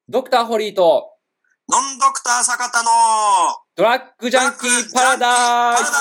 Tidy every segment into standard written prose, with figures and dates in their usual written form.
ドクターホリーとノンドクター坂田のドラッグジャンキーパラダイス。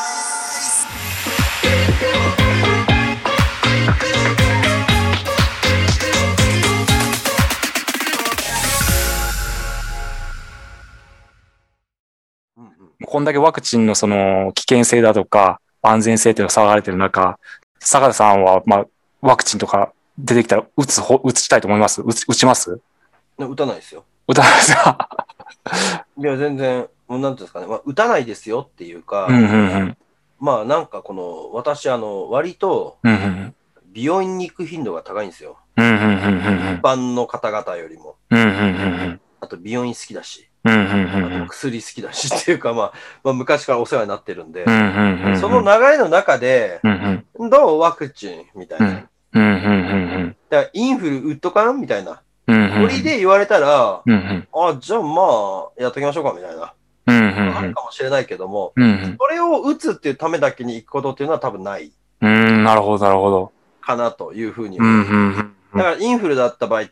こんだけワクチンのその危険性だとか安全性っていうのが騒がれてる中、坂田さんはワクチンとか出てきたら打ちたいと思います？打ちます？ 打たないですよ。 打たないですか？ いや、全然、なんていうんですかね、打たないですよっていうか、なんか私、割と、美容院に行く頻度が高いんですよ。一般の方々よりも。あと、美容院好きだし、あと薬好きだしっていうか、昔からお世話になってるんで、その流れの中で、どうワクチンみたいな。だからインフル打っとかんみたいな。ノリで言われたら、じゃあやっときましょうかみたいな。あるかもしれないけども、それを打つっていうためだけに行くことっていうのは多分ない。 なるほど、なるほど。 かなというふうに思う。だからインフルだった場合って、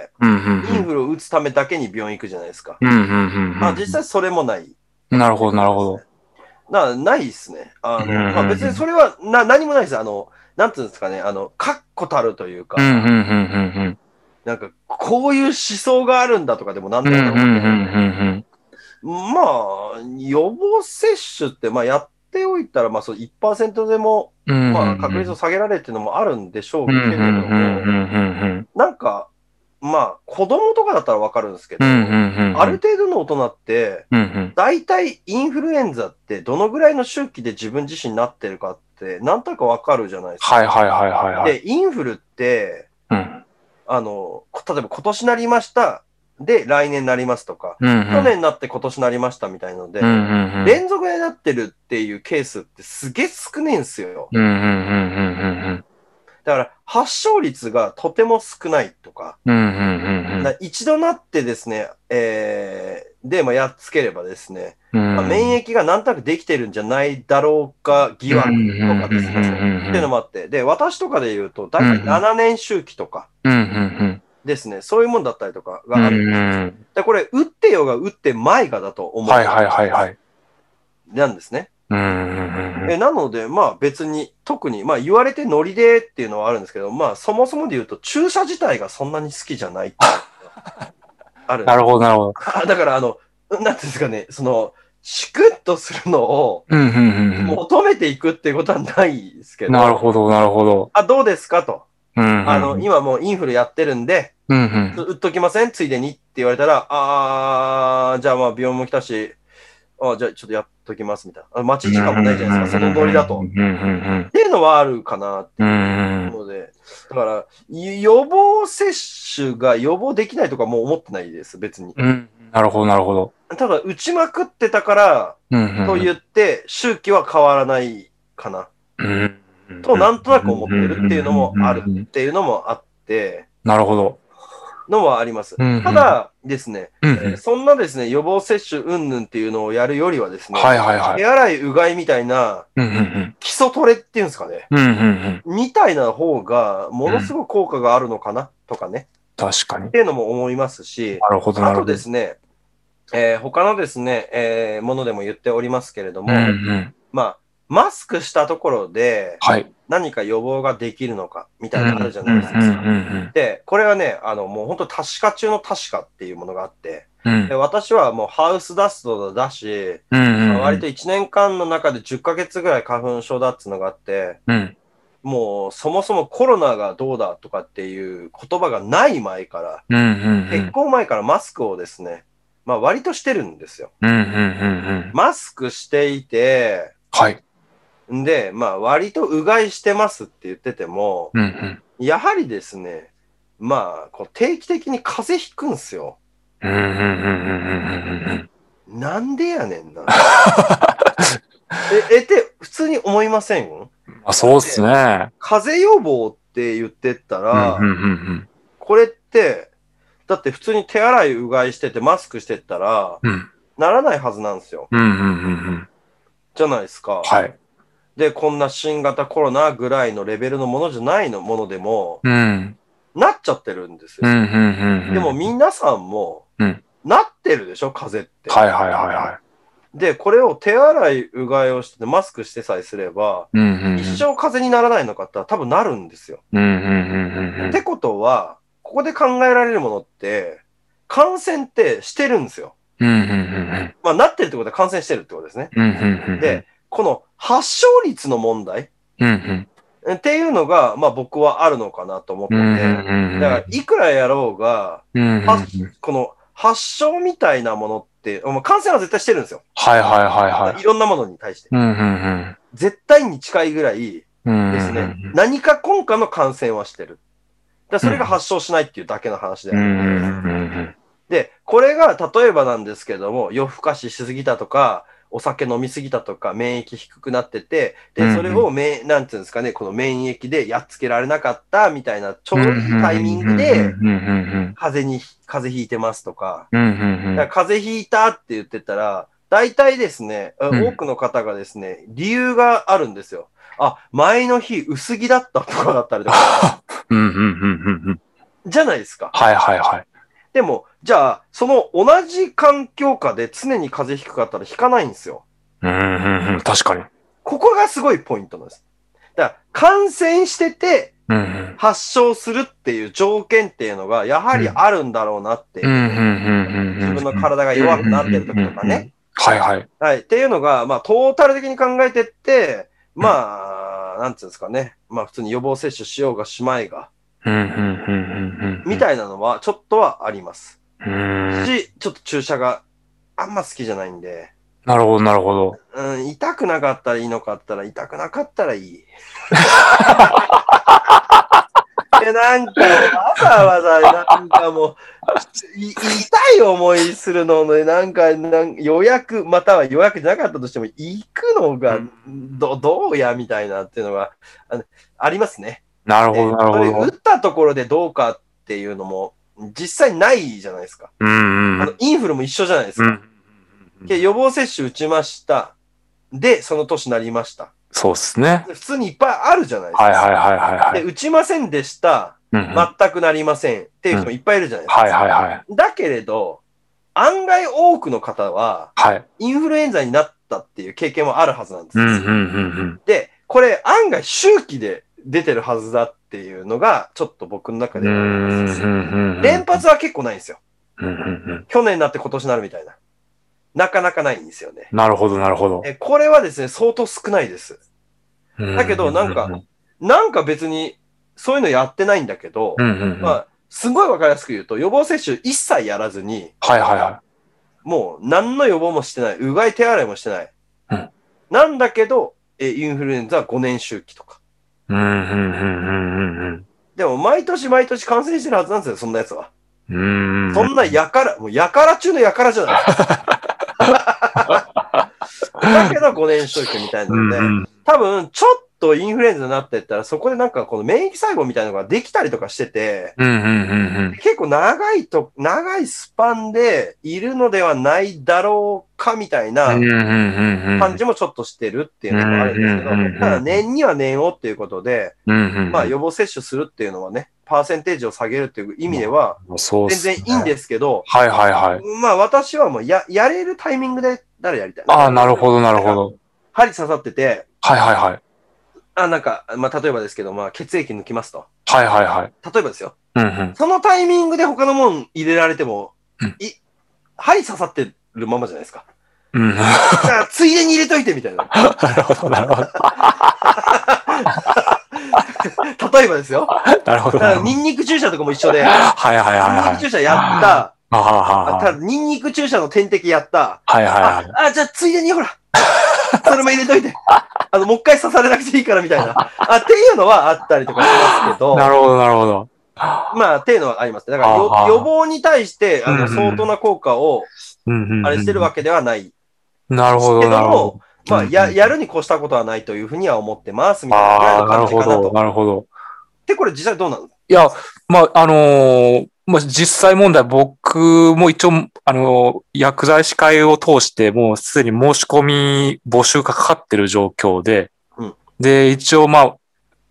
インフルを打つためだけに病院行くじゃないですか。実際それもない。 なるほど、なるほど。ないですね。別にそれは何もないです。なんていうんですかね、確固たるというか、なんか、こういう思想があるんだとかでもなんだろう。予防接種って、やっておいたら、そう 1% でも、確率を下げられるっていうのもあるんでしょうけれども、なんか、子供とかだったらわかるんですけど、ある程度の大人って、大体インフルエンザってどのぐらいの周期で自分自身になってるかって、なんとなくわかるじゃないですか。で、インフルって、例えば今年なりました。で、来年なりますとか、去年なって今年なりましたみたいので、連続でなってるっていうケースってすげえ少ないんですよ。だから、発症率がとても少ないとか、一度なってですね、やっつければですね、免疫がなんとなくできてるんじゃないだろうか疑惑とかですね、っていうのもあって、で、私とかで言うと、だいたい7年周期とか、ですね、そういうもんだったりとかがあるんです。で、これ、打ってようが打ってまいがだと思う。なんですね。なので、別に、特に、言われてノリでっていうのはあるんですけど、そもそもで言うと、注射自体がそんなに好きじゃないっていうのがある。 なるほど、なるほど。 だから、なんていうんですかね、シクッとするのを、求めていくっていうことはないですけど。 なるほど、なるほど。 どうですかと。今もうインフルやってるんで、打っときませんついでにって言われたら、じゃあ病院も来たし、じゃあちょっとやっときますみたいな。待ち時間もないじゃないですか、そのノリだと。っていうのはあるかなっていうので、だから、予防接種が予防できないとかもう思ってないです、別に。 なるほど、なるほど。 ただ、打ちまくってたから、と言って、周期は変わらないかな。と、なんとなく思ってるっていうのもあるっていうのもあって、 なるほど。 のはあります。ただですね、そんなですね、予防接種云々っていうのをやるよりはですね、手洗い、うがいみたいな、基礎トレっていうんですかね、みたいな方が、ものすごく効果があるのかなとかね。 確かに。 っていうのも思いますし、 なるほど、 あとですね、他のですね、ものでも言っておりますけれども、マスクしたところで、何か予防ができるのか、みたいなのあるじゃないですか。で、これはね、もう本当確か中の確かっていうものがあって、で私はもうハウスダストだし、割と1年間の中で10ヶ月ぐらい花粉症だっていうのがあって、もうそもそもコロナがどうだとかっていう言葉がない前から、結構前からマスクをですね、割としてるんですよ。マスクしていて、で、割とうがいしてますって言ってても、やはりですね、定期的に風邪ひくんすよ。なんでやねんな。って普通に思いません？ そうっすね。 風邪予防って言ってったら、これって、だって普通に手洗いうがいしててマスクしてったら、ならないはずなんですよ。じゃないですか。で、こんな新型コロナぐらいのレベルのものじゃないのものでも、 なっちゃってるんですよ。でも皆さんも、なってるでしょ、風邪って。 はいはいはいはい。 で、これを手洗い、うがいをしてマスクしてさえすれば、一生風邪にならないのかって多分なるんですよ。ってことは、ここで考えられるものって、感染ってしてるんですよ。まあ、なってるってことは感染してるってことですね。で、この発症率の問題っていうのが、まあ僕はあるのかなと思ってて、だからいくらやろうが、この発症みたいなものって、感染は絶対してるんですよ。 はいはいはいはい。 いろんなものに対して。絶対に近いぐらいですね。何か根拠の感染はしてる。それが発症しないっていうだけの話である。で、これが例えばなんですけども、夜更かししすぎたとか、お酒飲みすぎたとか、免疫低くなってて、で、それをなんていうんですかね、この免疫でやっつけられなかったみたいな、ちょうどいいタイミングで、風邪ひいてますとか、だから風邪ひいたって言ってたら、大体ですね、多くの方がですね、理由があるんですよ。あ、前の日薄着だったとかだったりとか。じゃないですか。 はいはいはい。 でも、じゃあ、その同じ環境下で常に風邪ひくかったらひかないんですよ。 確かに。 ここがすごいポイントなんです。だから、感染してて、発症するっていう条件っていうのが、やはりあるんだろうなっていう。自分の体が弱くなってる時とかね。 はいはい。 はい。っていうのが、まあ、トータル的に考えてって、まあ、なんつうんですかね。まあ、普通に予防接種しようがしまいが。みたいなのは、ちょっとはあります。ちょっと注射があんま好きじゃないんで。 なるほど、なるほど。 痛くなかったらいいのかったら、痛くなかったらいい。なんか、わざわざ、なんかもう、痛い思いするのね、なんか、予約、または予約じゃなかったとしても、行くのが、どうや、みたいなっていうのが、ありますね。 なるほど、なるほど。 打ったところでどうかっていうのも、実際ないじゃないですか。インフルも一緒じゃないですか。予防接種打ちました。で、その年なりました。 そうですね。 普通にいっぱいあるじゃないですか。 はいはいはいはい。 で、打ちませんでした。全くなりません。っていう人もいっぱいいるじゃないですか。 はいはいはい。 だけれど、案外多くの方は、インフルエンザになったっていう経験もあるはずなんです。で、これ案外周期で出てるはずだっていうのが、ちょっと僕の中では連発は結構ないんですよ。去年になって今年になるみたいな。なかなかないんですよね。 なるほど、なるほど。 これはですね、相当少ないです。だけど、なんか別に、そういうのやってないんだけど、まあ、すごいわかりやすく言うと、予防接種一切やらずに、もう何の予防もしてない。うがい手洗いもしてない。なんだけど、インフルエンザ5年周期とか。でも、毎年毎年感染してるはずなんですよ、そんなやつは。そんなやから、もうやから中のやからじゃないですか。だけど5年周期みたいなので、多分、ちょっとインフルエンザになってったら、そこでなんかこの免疫細胞みたいなのができたりとかしてて、結構長いスパンでいるのではないだろうかみたいな感じもちょっとしてるっていうのもあるんですけど、ただ年には年をっていうことで、まあ予防接種するっていうのはね、パーセンテージを下げるっていう意味では、全然いいんですけど、まあ私はもうやれるタイミングで誰やりたい。 ああ、なるほど、なるほど。 針刺さってて、なんか、まあ例えばですけど、まあ血液抜きますと。例えばですよ。そのタイミングで他のもん入れられても、針刺さってるままじゃないですか。だからついでに入れといてみたいな。 なるほど、なるほど。 例えばですよ。 なるほど。 ニンニク注射とかも一緒で。ニンニク注射やった。ただ、ニンニク注射の点滴やった。じゃあついでにほら。それも入れといて。もう一回刺されなくていいからみたいな。っていうのはあったりとかしますけど。 なるほど、なるほど。 まあ、っていうのはありますね。だから予防に対して、相当な効果を、あれしてるわけではない。 なるほど、なるほど。 まあ、やるに越したことはないというふうには思ってます、みたいなぐらいの感じかなと。 なるほど。 で、これ実際どうなの？ いや、まあ、まあ、実際問題、僕も一応、薬剤師会を通して、もうすでに申し込み、募集がかかってる状況で、で、一応、まあ、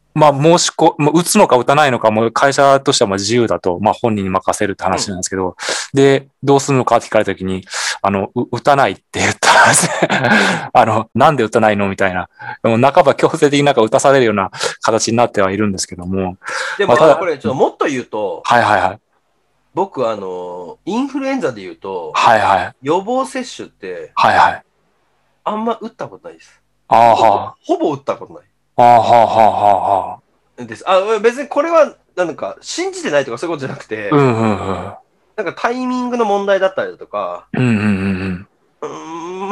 まあ、もう打つのか打たないのかも会社としては自由だと、まあ本人に任せるって話なんですけど、で、どうするのかって聞かれたときに、打たないって言ったらですね、なんで打たないのみたいな、でも半ば強制的になんか打たされるような形になってはいるんですけども。 でも、これちょっともっと言うと、 はいはいはい。 僕、インフルエンザで言うと、 はいはい。 予防接種って、 はいはい。 あんま打ったことないです。 ああはあ。 ほぼ打ったことない。 ああはあはあはあ。です。別にこれは、なんか、信じてないとかそういうことじゃなくて、 うんうんうん。 なんかタイミングの問題だったりだとか、 うんうんうんうん。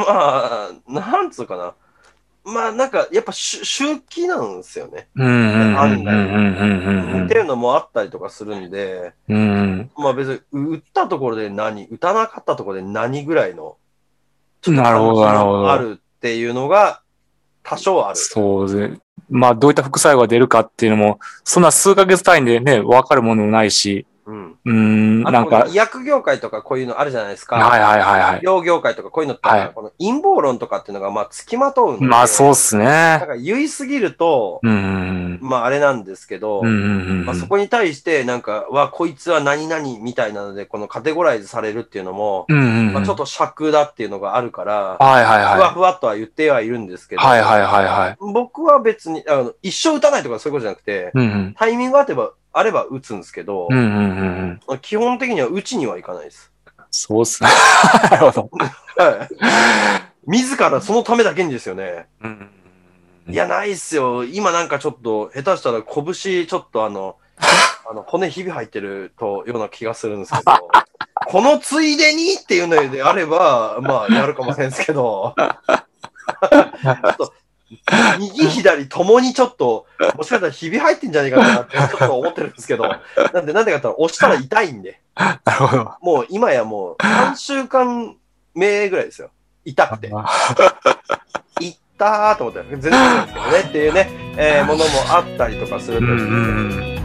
まあ、なんつうかな。まあ、なんか、やっぱ周期なんですよね。案外。っていうのもあったりとかするんで、まあ別に、打ったところで打たなかったところで何ぐらいの、 なるほど、なるほど。 あるっていうのが、多少ある。 そうですね。まあ、どういった副作用が出るかっていうのも、そんな数ヶ月単位でね、わかるものもないし、 なんか。医薬業界とかこういうのあるじゃないですか。 はいはいはいはい。 医療業界とかこういうのって、この陰謀論とかっていうのが、まあ、付きまとうんで。 まあ、そうっすね。 なんか言いすぎると、まあ、あれなんですけど、まあ、そこに対して、なんか、こいつは何々みたいなので、このカテゴライズされるっていうのも、まあ、ちょっと尺だっていうのがあるから、 はいはいはい。 ふわふわとは言ってはいるんですけど、 はいはいはいはい。 僕は別に、一生打たないとかそういうことじゃなくて、タイミングがあれば打つんですけど、基本的には打ちにはいかないです。 そうっすね。なるほど。 自らそのためだけにですよね。いや、ないっすよ。今なんかちょっと、下手したら拳ちょっと骨ひび入ってるような気がするんですけど、このついでにっていうのであれば、まあ、やるかもしれないですけど、ちょっと右左ともにちょっと、もしかしたらひび入ってんじゃないかなってちょっと思ってるんですけど、なんでかって言ったら押したら痛いんで。 なるほど。 もう今やもう3週間目ぐらいですよ。痛くて。痛ーと思って、全然ないんですけどねっていうね、ものもあったりとかするとですね。